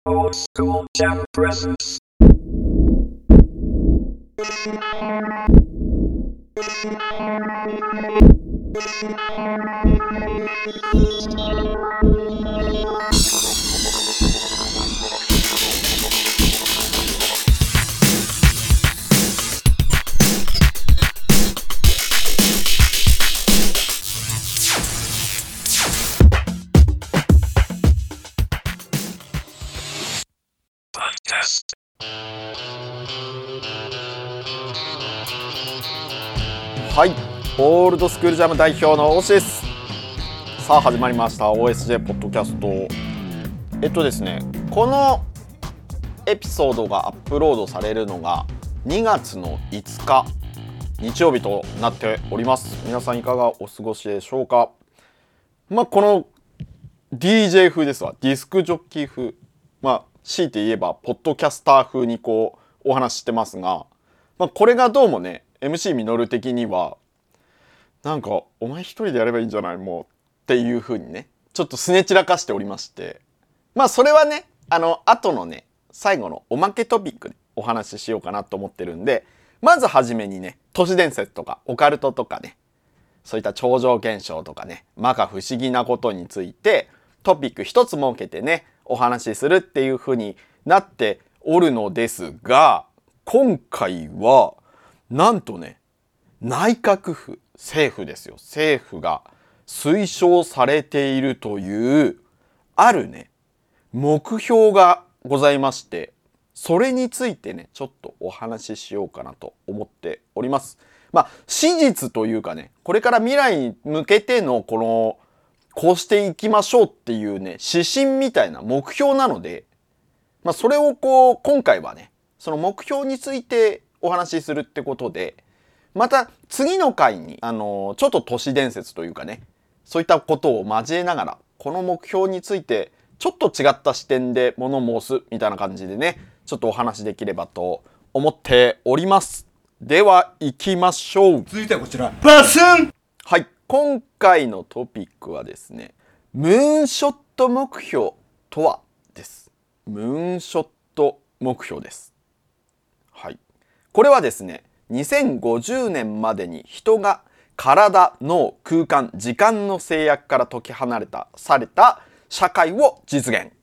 Old School Jam presents. はい、オールドスクールジャム代表のオシです。さあ始まりました OSJ ポッドキャスト。ですね、このエピソードがアップロードされるのが2月の5日日曜日となっております。皆さんいかがお過ごしでしょうか。この DJ 風ですわ。ディスクジョッキー風、強いて言えばポッドキャスター風にお話ししてますが、これがどうもね、MC ミノル的にはなんかお前一人でやればいいんじゃないもうっていう風にね、ちょっとすね散らかしておりまして、それはね、後のね、最後のおまけトピックでお話ししようかなと思ってるんで、まずはじめにね、都市伝説とかオカルトとかね、そういった超常現象とかね、摩訶不思議なことについてトピック一つ設けてね、お話しするっていう風になっておるのですが、今回はなんとね、内閣府、政府ですよ。政府が推奨されているというあるね、目標がございまして、それについてね、ちょっとお話ししようかなと思っております。史実というかね、これから未来に向けてのこうしていきましょうっていうね、指針みたいな目標なので、それを今回はね、その目標についてお話しするってことで、また次の回にちょっと都市伝説というかね、そういったことを交えながら、この目標についてちょっと違った視点で物申すみたいな感じでね、ちょっとお話できればと思っております。では行きましょう。 続いてはこちら、バスン。 はい、今回のトピックはですね、ムーンショット目標とはです。ムーンショット目標です。はい、これはですね、2050年までに人が体、脳、空間、時間の制約から解き放された社会を実現、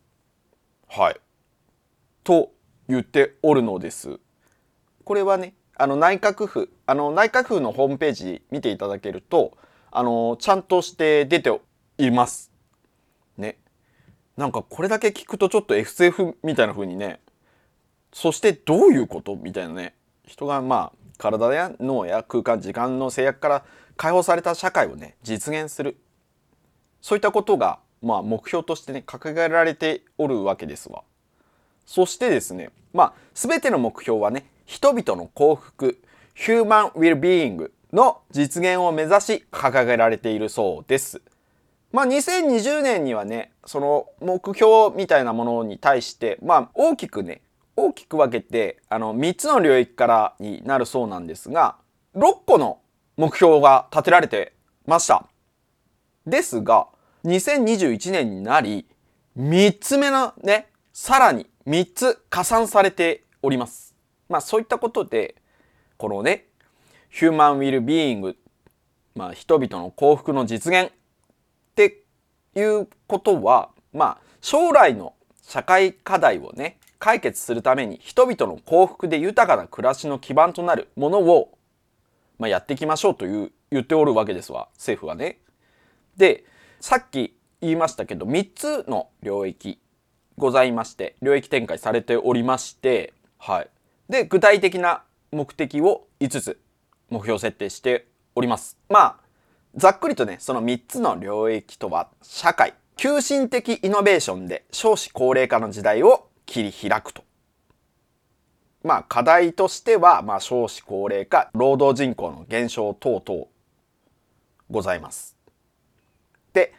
と言っておるのです。これはね、内閣府のホームページ見ていただけると、ちゃんとして出ていますね。なんかこれだけ聞くとちょっと SF みたいな風にね、そしてどういうことみたいなね、人が体や脳や空間時間の制約から解放された社会をね、実現する、そういったことが目標としてね、掲げられておるわけですわ。そしてですね、全ての目標はね、人々の幸福、ヒューマンウィルビーイングの実現を目指し掲げられているそうです。2020年にはね、その目標みたいなものに対して大きく分けて3つの領域からになるそうなんですが、6個の目標が立てられてました。ですが2021年になり、3つ目のね、さらに3つ加算されております。そういったことで、このね、ヒューマンウィルビーイング、人々の幸福の実現っていうことは、将来の社会課題をね、解決するために人々の幸福で豊かな暮らしの基盤となるものを、やっていきましょうと言っておるわけですわ、政府はね。で、さっき言いましたけど、3つの領域ございまして、領域展開されておりまして、で、具体的な目的を5つ目標設定しております。ざっくりとね、その3つの領域とは、社会、急進的イノベーションで少子高齢化の時代を切り開くと。課題としては、少子高齢化、労働人口の減少等々ございます。で、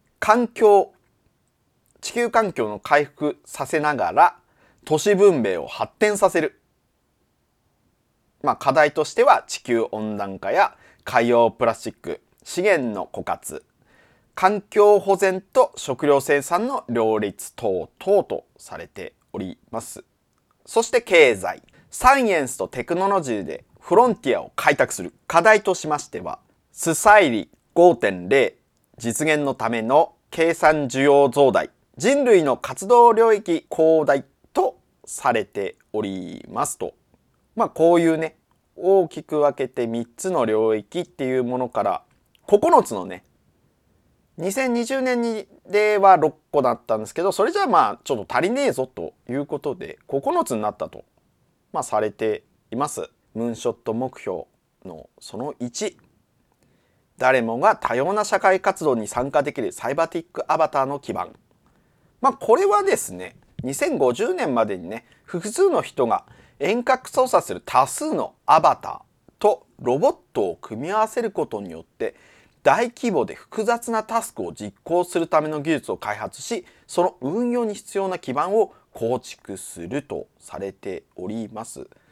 地球環境の回復させながら都市文明を発展させる。課題としては地球温暖化や海洋プラスチック、資源の枯渇、 環境保全と食料生産の両立等々とされております。そして経済、サイエンスとテクノロジーでフロンティアを開拓する課題としましては、スサイリ 5.0 実現のための計算需要増大、人類の活動領域広大とされておりますと。こういうね、大きく分けて3つの領域っていうものから9つのね、2020年にでは6個だったんですけど、それじゃちょっと足りねえぞということで9つになったと、されています。ムーンショット目標のその1、誰もが多様な社会活動に参加できるサイバティックアバターの基盤。これはですね、2050年までにね、複数の人が遠隔操作する多数のアバターとロボットを組み合わせることによって大規模で複雑なタスクを実行するための技術を開発し、その運用に必要な基盤を構築するとされております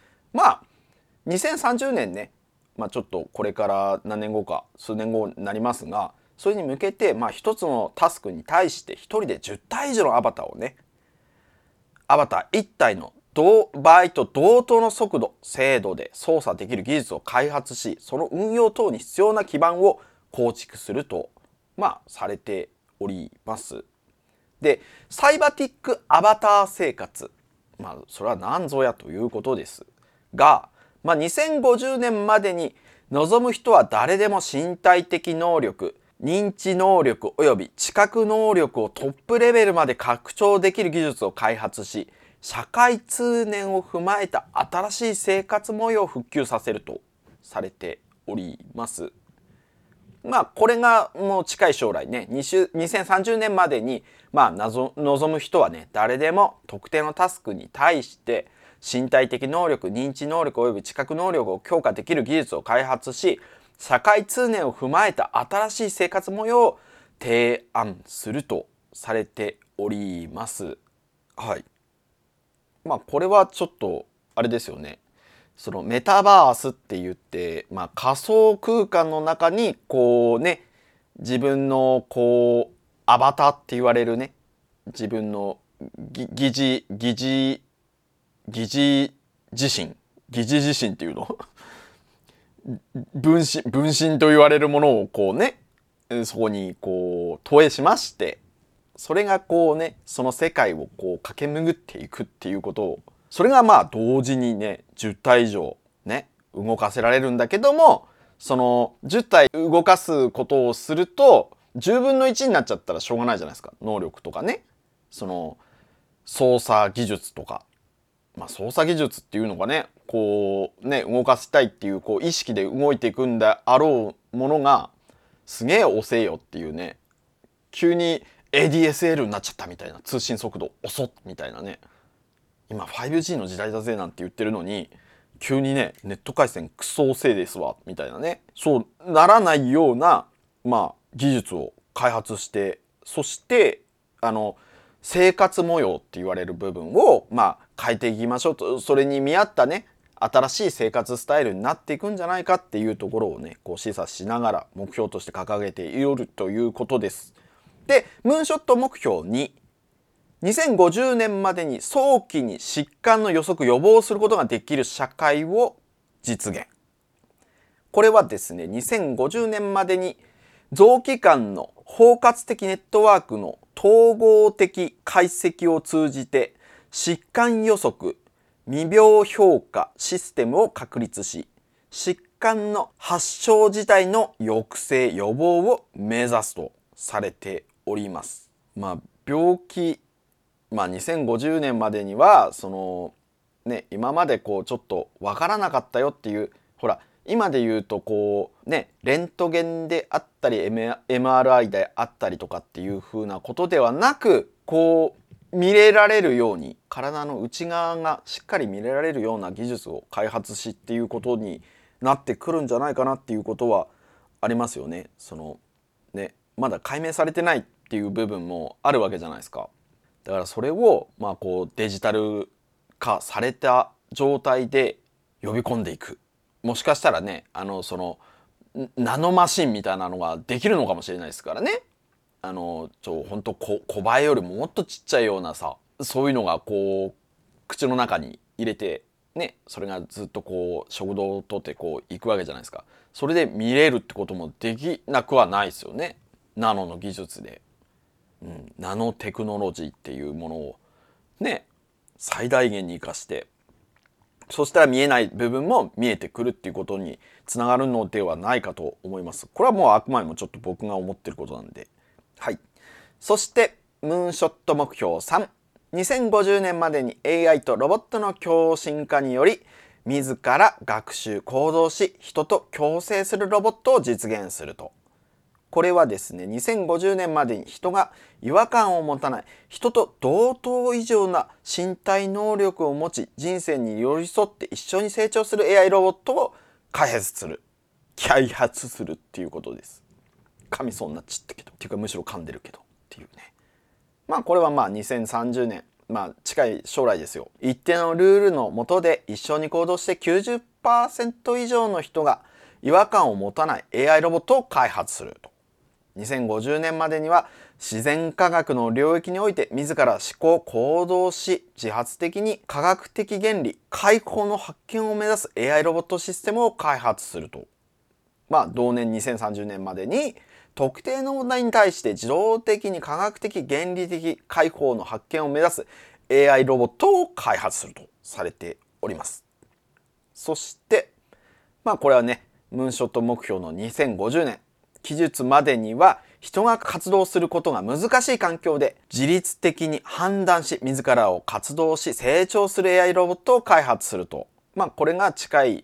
。2030年ね、ちょっとこれから何年後か数年後になりますが、それに向けて一つのタスクに対して一人で10体以上のアバターをね、アバター1体の場合と同等の速度、精度で操作できる技術を開発し、その運用等に必要な基盤を構築すると、されております。で、サイバティックアバター生活。それは何ぞやということですが、2050年までに望む人は誰でも身体的能力、認知能力及び知覚能力をトップレベルまで拡張できる技術を開発し、社会通念を踏まえた新しい生活模様を復旧させるとされております。これがもう近い将来ね、2030年までに望む人はね、誰でも特定のタスクに対して身体的能力、認知能力及び知覚能力を強化できる技術を開発し、社会通念を踏まえた新しい生活模様を提案するとされております。はい。これはちょっとあれですよね。そのメタバースって言って、仮想空間の中にこうね、自分のこうアバターって言われるね、自分の疑似自身っていうの分身と言われるものをこうね、そこにこう投影しまして、それがこうね、その世界をこう駆け巡っていくっていうことを、それが同時にね、10体以上ね、動かせられるんだけども、その10体動かすことをすると10分の1になっちゃったらしょうがないじゃないですか。能力とかね、その操作技術とか、操作技術っていうのがね、こうね、動かしたいっていうこう意識で動いていくんであろうものが、すげえ遅えよっていうね、急に ADSL になっちゃったみたいな、通信速度遅っみたいなね、今 5G の時代だぜなんて言ってるのに、急にね、ネット回線クソ遅えですわみたいなね、そうならないような技術を開発して、そして生活模様って言われる部分を変えていきましょうと、それに見合ったね、新しい生活スタイルになっていくんじゃないかっていうところをね、こう示唆しながら目標として掲げているということです。で、ムーンショット目標に2050年までに早期に疾患の予測予防することができる社会を実現。これはですね、2050年までに臓器間の包括的ネットワークの統合的解析を通じて疾患予測、未病評価システムを確立し、疾患の発症自体の抑制予防を目指すとされております。病気、2050年までにはそのね、今までこうちょっとわからなかったよっていう、ほら今で言うとこうね、レントゲンであったり MRI であったりとかっていう風なことではなく、こう見れられるように、体の内側がしっかり見れられるような技術を開発しっていうことになってくるんじゃないかなっていうことはありますよね。そのね、まだ解明されてないっていう部分もあるわけじゃないですか。だからそれをこうデジタル化された状態で呼び込んでいく。もしかしたらね、そのナノマシンみたいなのができるのかもしれないですからね。 ほんと小バエよりももっとちっちゃいようなさ、そういうのがこう口の中に入れてね、それがずっとこう食道を通ってこう行くわけじゃないですか。それで見れるってこともできなくはないですよね。ナノの技術で、ナノテクノロジーっていうものをね最大限に生かして、そしたら見えない部分も見えてくるっていうことにつながるのではないかと思います。これはもうあくまでもちょっと僕が思ってることなんで。はい。そしてムーンショット目標3、2050年までに AI とロボットの共進化により自ら学習行動し人と共生するロボットを実現すると。これはですね、2050年までに人が違和感を持たない、人と同等以上な身体能力を持ち、人生に寄り添って一緒に成長する AI ロボットを開発するっていうことです。噛みそうになっちゃったけど、っていうかむしろ噛んでるけどっていうね。これは2030年、近い将来ですよ。一定のルールの下で一緒に行動して 90% 以上の人が違和感を持たない AI ロボットを開発すると。2050年までには自然科学の領域において自ら思考行動し自発的に科学的原理解放の発見を目指す AI ロボットシステムを開発すると。同年2030年までに特定の問題に対して自動的に科学的原理的解放の発見を目指す AI ロボットを開発するとされております。そしてこれはねムーンショット目標の2050年期日までには人が活動することが難しい環境で自律的に判断し自らを活動し成長する AI ロボットを開発すると。これが近い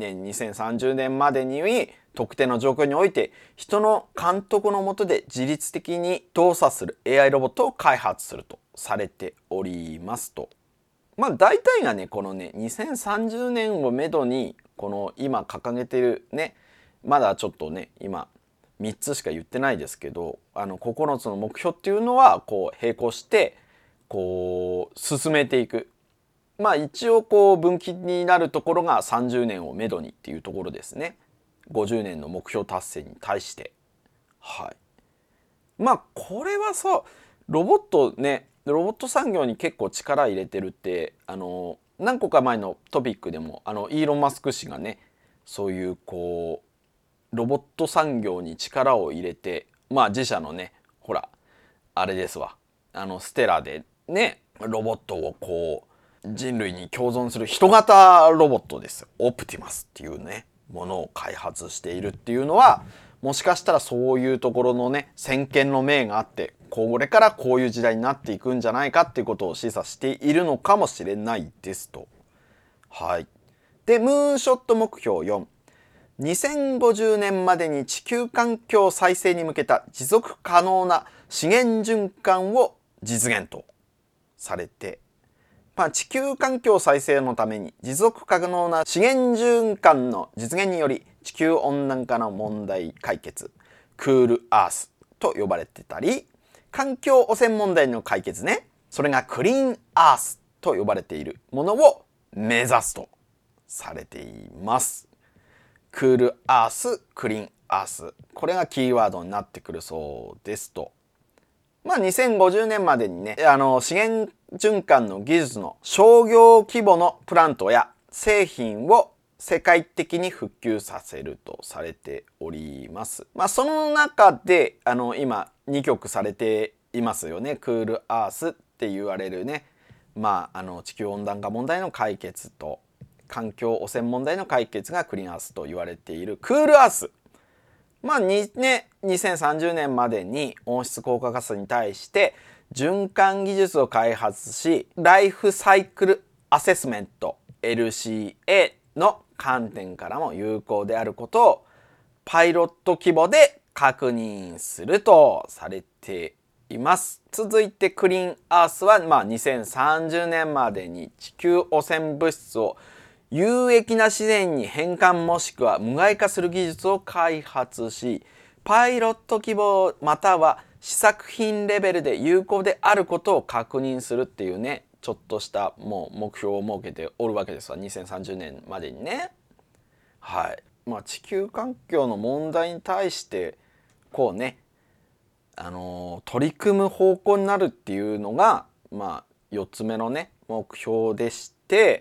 2030年までに特定の状況において人の監督の下で自律的に動作する AI ロボットを開発するとされておりますと。大体がねこのね2030年をめどにこの今掲げてるね、まだちょっとね今3つしか言ってないですけど、9つの目標っていうのはこう並行してこう進めていく。一応こう分岐になるところが30年をめどにっていうところですね。50年の目標達成に対して。はい。これはさ、ロボット産業に結構力入れてるって何個か前のトピックでもイーロン・マスク氏がねそういうこうロボット産業に力を入れて自社のねほらあれですわステラでねロボットをこう人類に共存する人型ロボットですよ。オプティマスっていうねものを開発しているっていうのはもしかしたらそういうところのね先見の明があってこれからこういう時代になっていくんじゃないかっていうことを示唆しているのかもしれないですと。はい。でムーンショット目標4、2050年までに地球環境再生に向けた持続可能な資源循環を実現とされて、地球環境再生のために持続可能な資源循環の実現により地球温暖化の問題解決、クールアースと呼ばれてたり、環境汚染問題の解決ね、それがクリーンアースと呼ばれているものを目指すとされています。クールアース、クリーンアース、これがキーワードになってくるそうですと。2050年までにね資源循環の技術の商業規模のプラントや製品を世界的に普及させるとされております。その中で今2曲されていますよね。クールアースって言われるね地球温暖化問題の解決と環境汚染問題の解決がクリーンアースと言われているクールアース。2030年までに温室効果ガスに対して循環技術を開発し、ライフサイクルアセスメント LCA の観点からも有効であることをパイロット規模で確認するとされています。続いてクリーンアースは2030年までに地球汚染物質を有益な自然に変換もしくは無害化する技術を開発し、パイロット規模または試作品レベルで有効であることを確認するっていうねちょっとしたもう目標を設けておるわけですわ。2030年までにね。はい。地球環境の問題に対してこうね取り組む方向になるっていうのが、4つ目のね目標でして、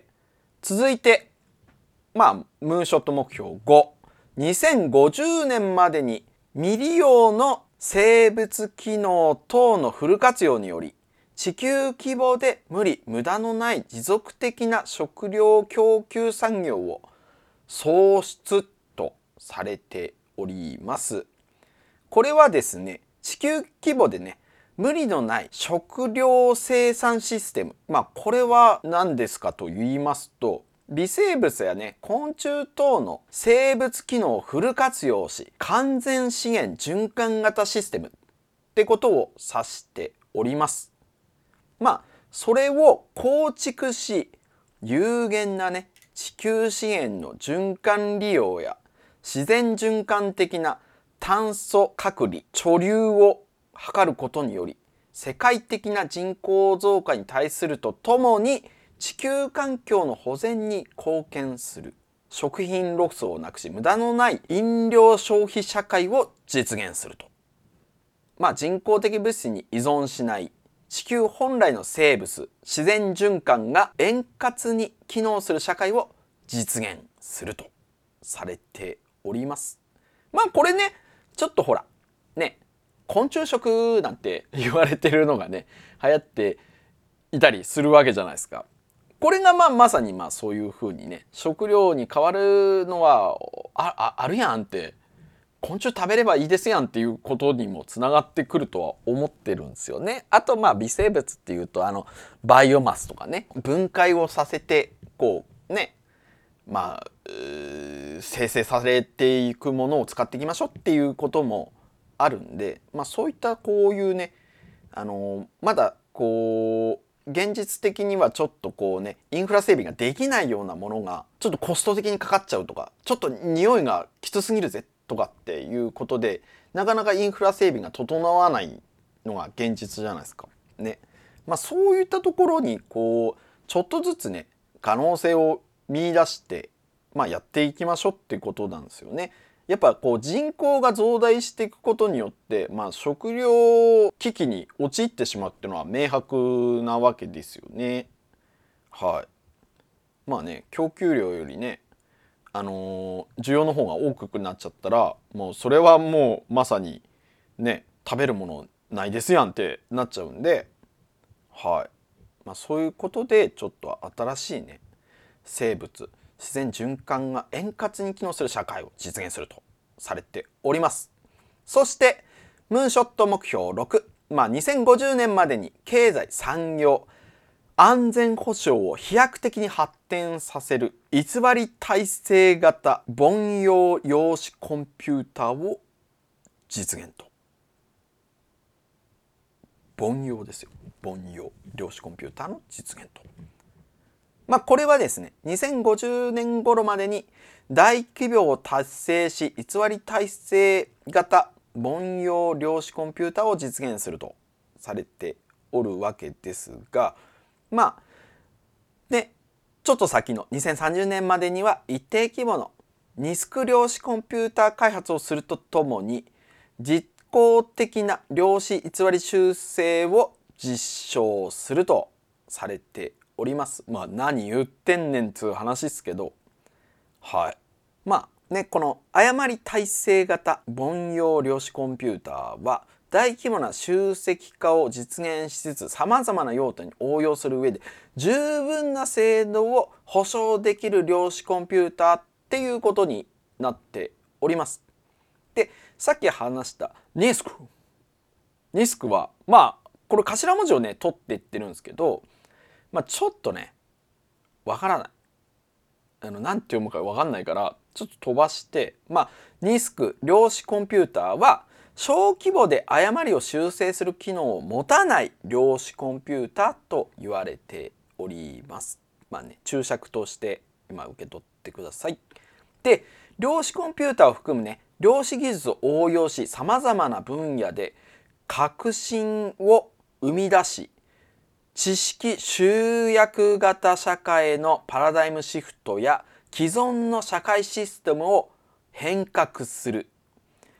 続いてムーンショット目標5、2050年までに未利用の生物機能等のフル活用により地球規模で無駄のない持続的な食料供給産業を創出とされております。これはですね、地球規模でね無理のない食料生産システム、これは何ですかと言いますと、微生物やね昆虫等の生物機能をフル活用し完全資源循環型システムってことを指しております。それを構築し、有限なね地球資源の循環利用や自然循環的な炭素隔離貯留を図ることにより世界的な人口増加に対するとともに地球環境の保全に貢献する、食品ロスをなくし無駄のない飲料消費社会を実現すると、人工的物質に依存しない地球本来の生物自然循環が円滑に機能する社会を実現するとされております。これねちょっとほらね昆虫食なんて言われてるのがね流行っていたりするわけじゃないですか。これがまさにそういう風にね食料に変わるのはあるやんって、昆虫食べればいいですやんっていうことにもつながってくるとは思ってるんですよね。あと微生物っていうとバイオマスとかね分解をさせてこうね生成されていくものを使っていきましょうっていうこともあるんで、そういったこういうねまだこう現実的にはちょっとこうねインフラ整備ができないようなものがちょっとコスト的にかかっちゃうとか、ちょっと匂いがきつすぎるぜとかっていうことでなかなかインフラ整備が整わないのが現実じゃないですかね。そういったところにこうちょっとずつね可能性を見出してやっていきましょうっていうことなんですよね。やっぱこう人口が増大していくことによって食料危機に陥ってしまうっていうのは明白なわけですよね。供給量よりね需要の方が多くなっちゃったらもうそれはもうまさにね食べるものないですやんってなっちゃうんで、そういうことでちょっと新しいね生物自然循環が円滑に機能する社会を実現するとされております。そしてムーンショット目標6、2050年までに経済産業安全保障を飛躍的に発展させる偽り体制型凡庸量子コンピューターを実現と。凡庸ですよ、凡庸量子コンピューターの実現と。これはですね2050年頃までに大企業を達成し偽り体制型凡庸量子コンピューターを実現するとされておるわけですが、ちょっと先の2030年までには一定規模のニスク量子コンピューター開発をするとともに実効的な量子偽り修正を実証するとされております。何言ってんねんつう話ですけど、この誤り体制型凡庸量子コンピューターは大規模な集積化を実現しつつさまざまな用途に応用する上で十分な精度を保証できる量子コンピューターっていうことになっております。で、さっき話したニスクはこれ頭文字をね取っていってるんですけど、ちょっとねわからない、なんて読むかわかんないからちょっと飛ばして、ニスク量子コンピューターは小規模で誤りを修正する機能を持たない量子コンピューターと言われております。注釈として今受け取ってください。で、量子コンピューターを含むね量子技術を応用しさまざまな分野で革新を生み出し知識集約型社会のパラダイムシフトや既存の社会システムを変革する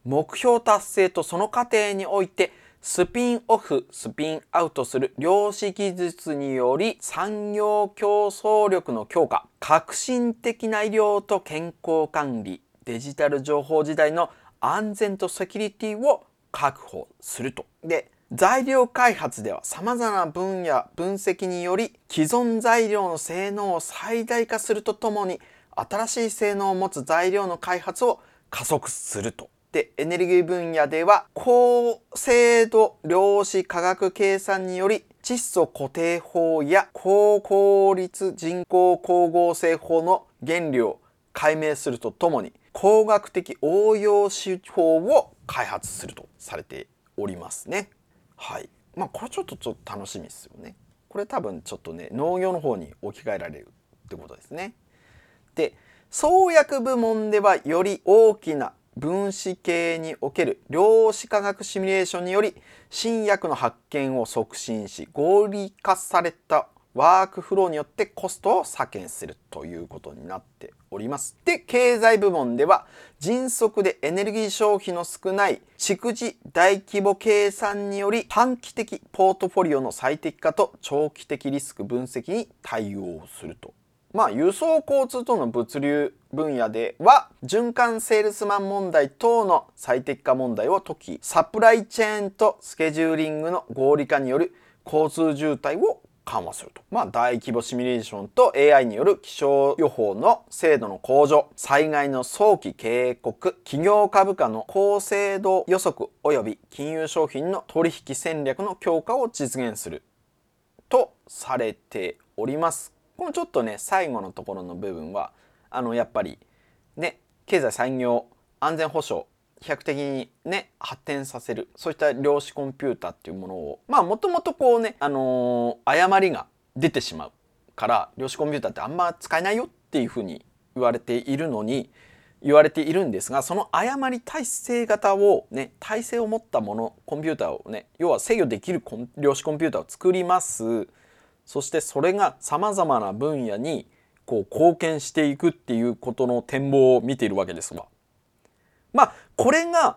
目標達成とその過程においてスピンオフ、スピンアウトする量子技術により産業競争力の強化、革新的な医療と健康管理、デジタル情報時代の安全とセキュリティを確保すると。で、材料開発では様々な分野分析により既存材料の性能を最大化するとともに新しい性能を持つ材料の開発を加速すると。で、エネルギー分野では高精度量子化学計算により窒素固定法や高効率人工光合成法の原理を解明するとともに工学的応用手法を開発するとされておりますね。はい。これちょっと楽しみですよね。これ多分ちょっとね、農業の方に置き換えられるってことですね。で、創薬部門ではより大きな分子系における量子化学シミュレーションにより新薬の発見を促進し、合理化されたワークフローによってコストを削減するということになっております。で、経済部門では迅速でエネルギー消費の少ない蓄次大規模計算により短期的ポートフォリオの最適化と長期的リスク分析に対応すると。輸送交通との物流分野では循環セールスマン問題等の最適化問題を解き、サプライチェーンとスケジューリングの合理化による交通渋滞を緩和すると。大規模シミュレーションと AI による気象予報の精度の向上、災害の早期警告、企業株価の高精度予測及び金融商品の取引戦略の強化を実現するとされております。このちょっとね、最後のところの部分はやっぱりね、経済産業安全保障飛躍的にね発展させる、そういった量子コンピューターっていうものをもともとこうね、誤りが出てしまうから量子コンピューターってあんま使えないよっていうふうに言われているんですが、その誤り耐性型をね、耐性を持ったもの、コンピューターをね、要は制御できる量子コンピューターを作ります。そしてそれがさまざまな分野にこう貢献していくっていうことの展望を見ているわけですわ。これが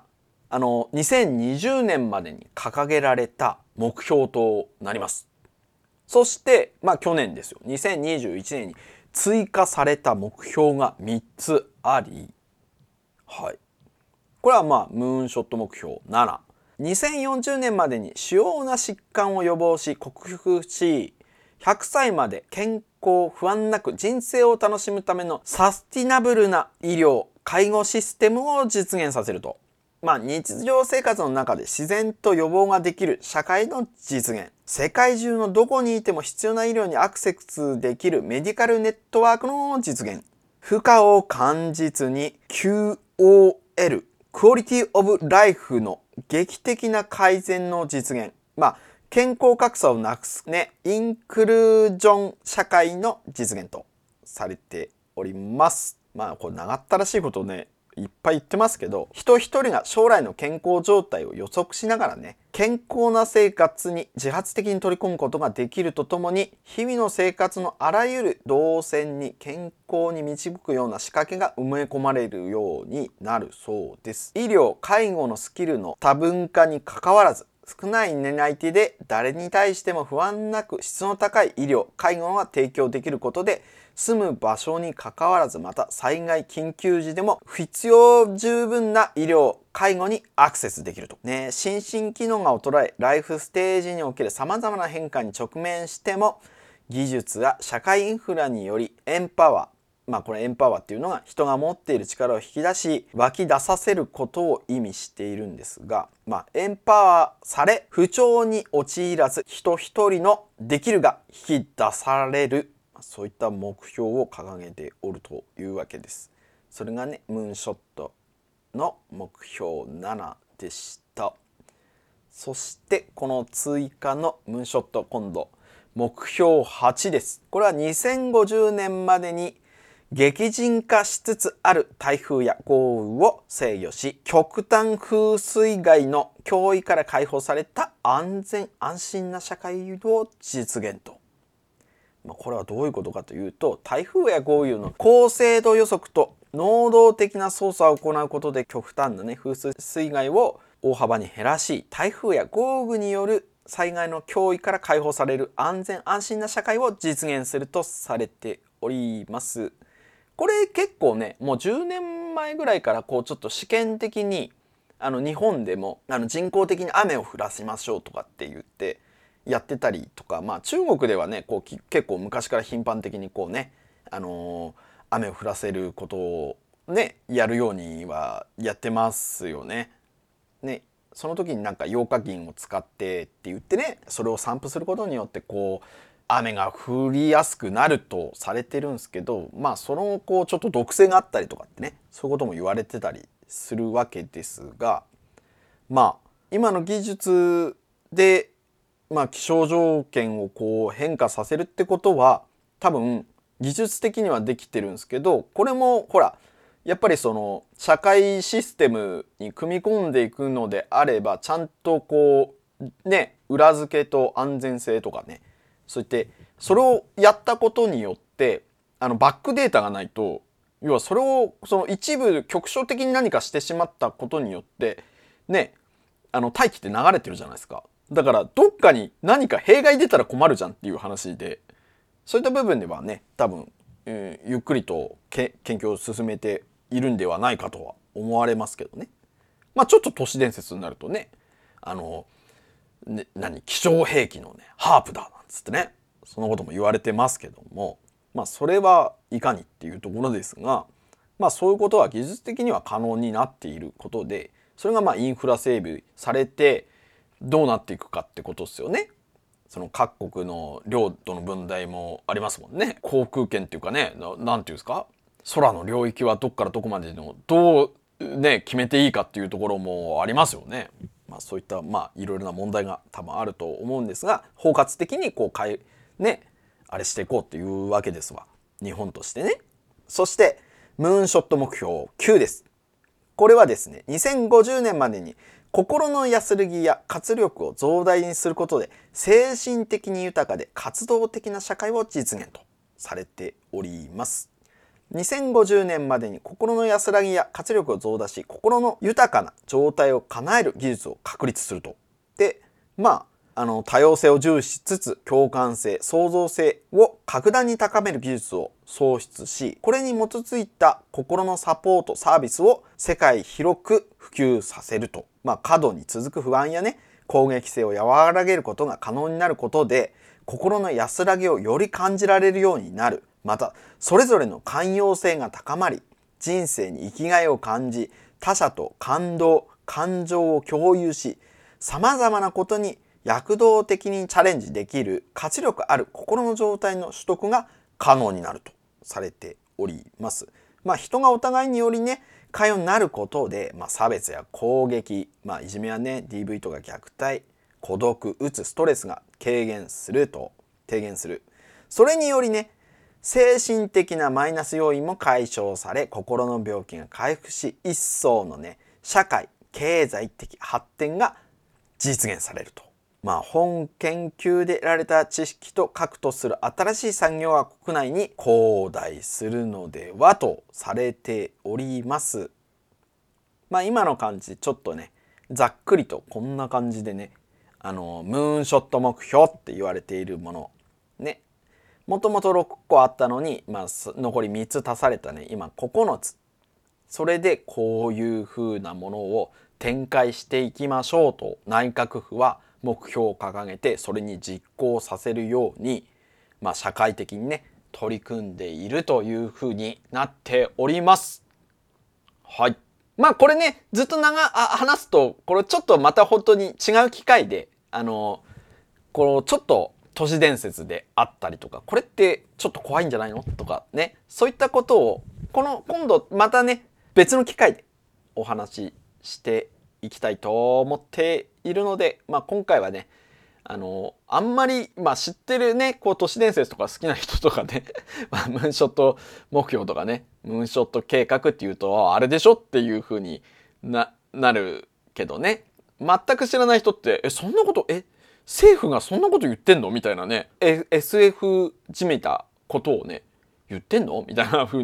2020年までに掲げられた目標となります。そして去年ですよ、2021年に追加された目標が3つあり、はい、これはムーンショット目標7、2040年までに主要な疾患を予防し克服し、100歳まで健康不安なく人生を楽しむためのサスティナブルな医療介護システムを実現させると。日常生活の中で自然と予防ができる社会の実現、世界中のどこにいても必要な医療にアクセスできるメディカルネットワークの実現、負荷を感じずに QOL クオリティオブライフの劇的な改善の実現、健康格差をなくすね、インクルージョン社会の実現とされております。これ長ったらしいことをね、いっぱい言ってますけど、人一人が将来の健康状態を予測しながらね、健康な生活に自発的に取り組むことができるとともに、日々の生活のあらゆる動線に健康に導くような仕掛けが埋め込まれるようになるそうです。医療・介護のスキルの多文化にかかわらず、少ない担い手で誰に対しても不安なく質の高い医療・介護が提供できることで、住む場所にかかわらず、また災害緊急時でも必要十分な医療・介護にアクセスできると。心身機能が衰え、ライフステージにおける様々な変化に直面しても、技術や社会インフラによりエンパワー、これエンパワーっていうのが人が持っている力を引き出し湧き出させることを意味しているんですが、エンパワーされ不調に陥らず人一人のできるが引き出される、そういった目標を掲げておるというわけです。それがね、ムーンショットの目標7でした。そしてこの追加のムーンショット、今度目標8です。これは2050年までに激甚化しつつある台風や豪雨を制御し、極端風水害の脅威から解放された安全安心な社会を実現と。これはどういうことかというと、台風や豪雨の高精度予測と能動的な操作を行うことで極端なね風水害を大幅に減らし、台風や豪雨による災害の脅威から解放される安全安心な社会を実現するとされております。これ結構ね、もう10年前ぐらいからこうちょっと試験的に日本でも人工的に雨を降らせましょうとかって言ってやってたりとか、中国ではねこう結構昔から頻繁的にこうね、雨を降らせることをねやるようにはやってますよね。その時になんかヨウ化銀を使ってって言ってね、それを散布することによってこう雨が降りやすくなるとされてるんですけど、そのこうちょっと毒性があったりとかってね、そういうことも言われてたりするわけですが、今の技術で気象条件をこう変化させるってことは多分技術的にはできてるんですけど、これもほらやっぱりその社会システムに組み込んでいくのであれば、ちゃんとこうね裏付けと安全性とかね、そういってそれをやったことによってバックデータがないと、要はそれをその一部局所的に何かしてしまったことによってね、大気って流れてるじゃないですか。だからどっかに何か弊害出たら困るじゃんっていう話で、そういった部分ではね多分、ゆっくりと研究を進めているんではないかとは思われますけどね。ちょっと都市伝説になるとね、気象兵器のねハープだなんつってね、そんなことも言われてますけども、それはいかにっていうところですが、そういうことは技術的には可能になっていることで、それがインフラ整備されてどうなっていくかってことですよね。その各国の領土の分題もありますもんね。航空権っていうかね、なんていうんですか、空の領域はどっからどこまでのどうね決めていいかっていうところもありますよね。そういったいろいろな問題が多分あると思うんですが、包括的にこうあれしていこうっていうわけですわ、日本としてね。そしてムーンショット目標9です。これはですね、2050年までに心の安らぎや活力を増大にすることで精神的に豊かで活動的な社会を実現とされております。2050年までに心の安らぎや活力を増大し、心の豊かな状態を叶える技術を確立すると。で、多様性を重視しつつ共感性、創造性を格段に高める技術を創出し、これに基づいた心のサポートサービスを世界広く普及させると。過度に続く不安やね、攻撃性を和らげることが可能になることで、心の安らぎをより感じられるようになる。またそれぞれの寛容性が高まり、人生に生きがいを感じ、他者と感動感情を共有し、さまざまなことに躍動的にチャレンジできる活力ある心の状態の取得が可能になるとされております。人がお互いによりね寛容になることで、差別や攻撃、いじめやね DV とか虐待、孤独、うつ、ストレスが低減する。それによりね精神的なマイナス要因も解消され、心の病気が回復し、一層のね社会経済的発展が実現されると。本研究で得られた知識と核とする新しい産業が国内に広大するのではとされております。今の感じちょっとねざっくりとこんな感じでね、ムーンショット目標って言われているものね、もともと6個あったのに、残り3つ足されたね今9つ。それでこういう風なものを展開していきましょうと内閣府は目標を掲げて、それに実行させるように、社会的にね取り組んでいるという風になっております。はい。これねずっと話すとこれちょっとまた本当に違う機会でこのちょっと都市伝説であったりとか、これってちょっと怖いんじゃないのとかね、そういったことを今度またね別の機会でお話ししていきたいと思っているので、今回はねあんまり、知ってるねこう都市伝説とか好きな人とかねムーンショット目標とかねムーンショット計画っていうとあれでしょっていう風になるけどね、全く知らない人ってそんなこと政府がそんなこと言ってんのみたいなね、SF じめたことをね言ってんのみたいな風に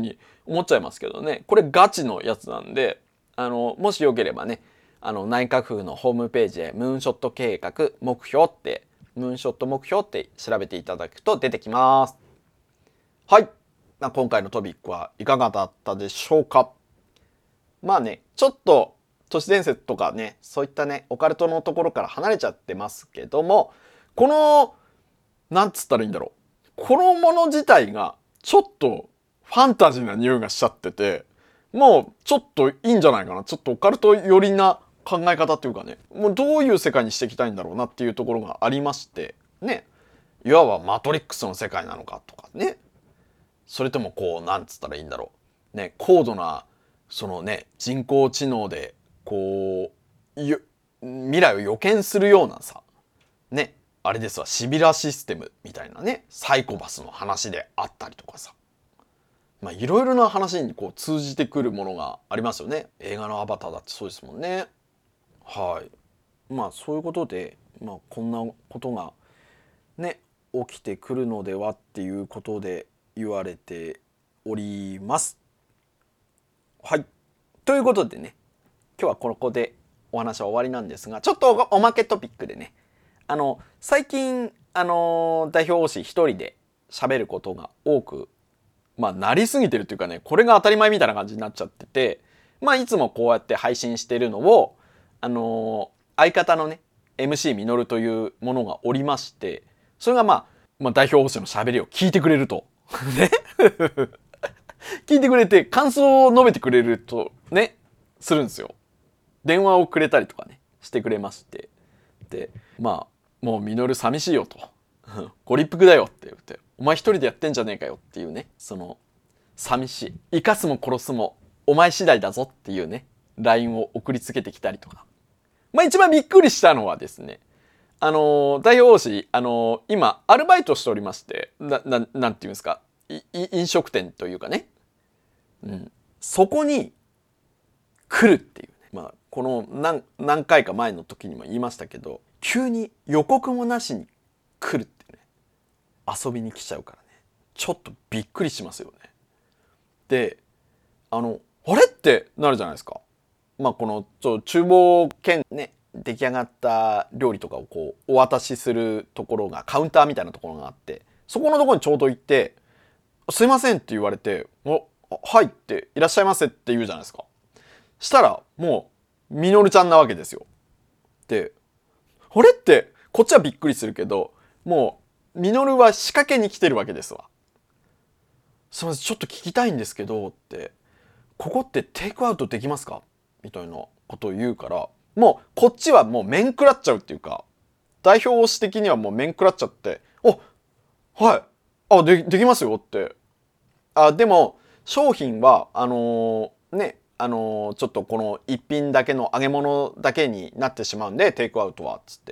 思っちゃいますけどね。これガチのやつなんで、もしよければね、内閣府のホームページでムーンショット計画目標って、ムーンショット目標って調べていただくと出てきます。はい。今回のトピックはいかがだったでしょうか。まあね、ちょっと都市伝説とかね、そういったね、オカルトのところから離れちゃってますけども、この、なんつったらいいんだろう。このもの自体がちょっとファンタジーな匂いがしちゃってて、もうちょっといいんじゃないかな。ちょっとオカルト寄りな考え方っていうかね、もうどういう世界にしていきたいんだろうなっていうところがありまして、ね、いわばマトリックスの世界なのかとかね、それともこう、なんつったらいいんだろう。ね、高度な、そのね、人工知能で、こう、未来を予見するようなさ、ね、あれですわ、シビラシステムみたいなね、サイコパスの話であったりとかさ、まあいろいろな話にこう通じてくるものがありますよね。映画のアバターだってそうですもんね。はい。まあそういうことで、まあこんなことがね、起きてくるのではっていうことで言われております。はい。ということでね、今日はここでお話は終わりなんですが、ちょっとおまけトピックでね、最近、代表推し一人で喋ることが多く、まあ、なりすぎてるっていうかね、これが当たり前みたいな感じになっちゃってて、まあ、いつもこうやって配信してるのを、相方のね、MC みのるというものがおりまして、それがまあ代表推しの喋りを聞いてくれると。ね聞いてくれて、感想を述べてくれるとね、するんですよ。電話をくれたりとかね、してくれまして。で、まあ、もうみのる寂しいよと。ご立腹だよって言って、お前一人でやってんじゃねえかよっていうね、その、寂しい。生かすも殺すも、お前次第だぞっていうね、LINE を送りつけてきたりとか。まあ一番びっくりしたのはですね、代表推し、今、アルバイトしておりまして、なんていうんですか、飲食店というかね、うん、そこに来るっていうね。まあ、この何回か前の時にも言いましたけど、急に予告もなしに来るってね、遊びに来ちゃうからね、ちょっとびっくりしますよね。で、あれってなるじゃないですか。まあ、この厨房兼ね、出来上がった料理とかをこうお渡しするところがカウンターみたいなところがあって、そこのところにちょうど行って、すいませんって言われて、はいっていらっしゃいませって言うじゃないですか。したらもうみのるちゃんなわけですよ。で、あれってこっちはびっくりするけど、もうみのるは仕掛けに来てるわけですわ。すいません、ちょっと聞きたいんですけどって、ここってテイクアウトできますかみたいなことを言うから、もうこっちはもう面食らっちゃうっていうか、代表推し的にはもう面食らっちゃって、はいできますよって。でも商品はちょっとこの一品だけの揚げ物だけになってしまうんで、テイクアウトはっつって、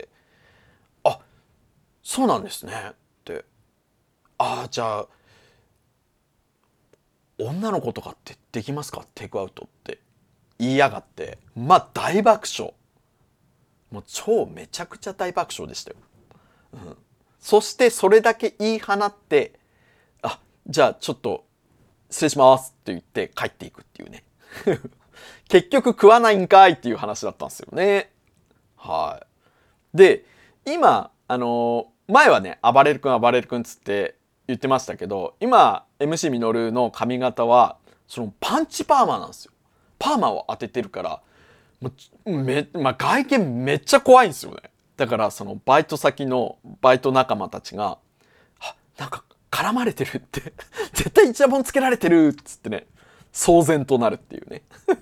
そうなんですねって、じゃあ女の子とかってできますかテイクアウトって言いやがって、まあ大爆笑。もう超めちゃくちゃ大爆笑でしたよ。そしてそれだけ言い放って、じゃあちょっと失礼しますって言って帰っていくっていうね。結局食わないんかいっていう話だったんですよね。はい。で、今、前はね、暴れる君っつって言ってましたけど、今、MC みのるの髪型は、そのパンチパーマなんですよ。パーマを当ててるから、外見めっちゃ怖いんですよね。だからそのバイト先のバイト仲間たちが、なんか絡まれてるって絶対イチャモンつけられてるっつってね、騒然となるっていうね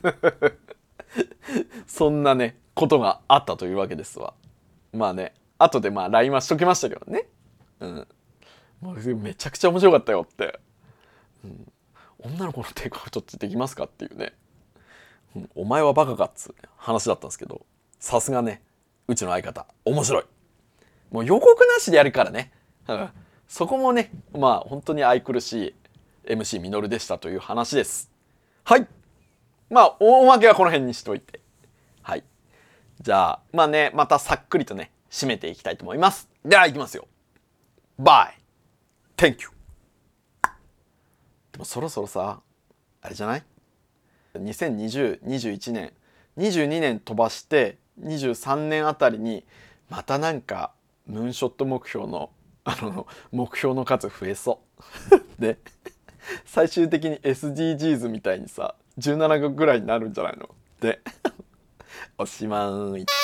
そんなねことがあったというわけですわ。まあね、後でLINE はしときましたけどね。もうめちゃくちゃ面白かったよって、女の子のテイクアウトってできますかっていうね、お前はバカかっつう話だったんですけど、さすがね、うちの相方面白い。もう予告なしでやるからね、そこもね、まあ本当に愛くるしい MC みのるでしたという話です。はい。まあ大まけはこの辺にしといて、はい。じゃあまたさっくりとね締めていきたいと思います。では行きますよ。バイ Thank you。でもそろそろさ、 あれじゃない？ 2020、21年、22年飛ばして23年あたりにまたなんかムーンショット目標の目標の数増えそうで最終的に SDGs みたいにさ17個ぐらいになるんじゃないのでおしまい。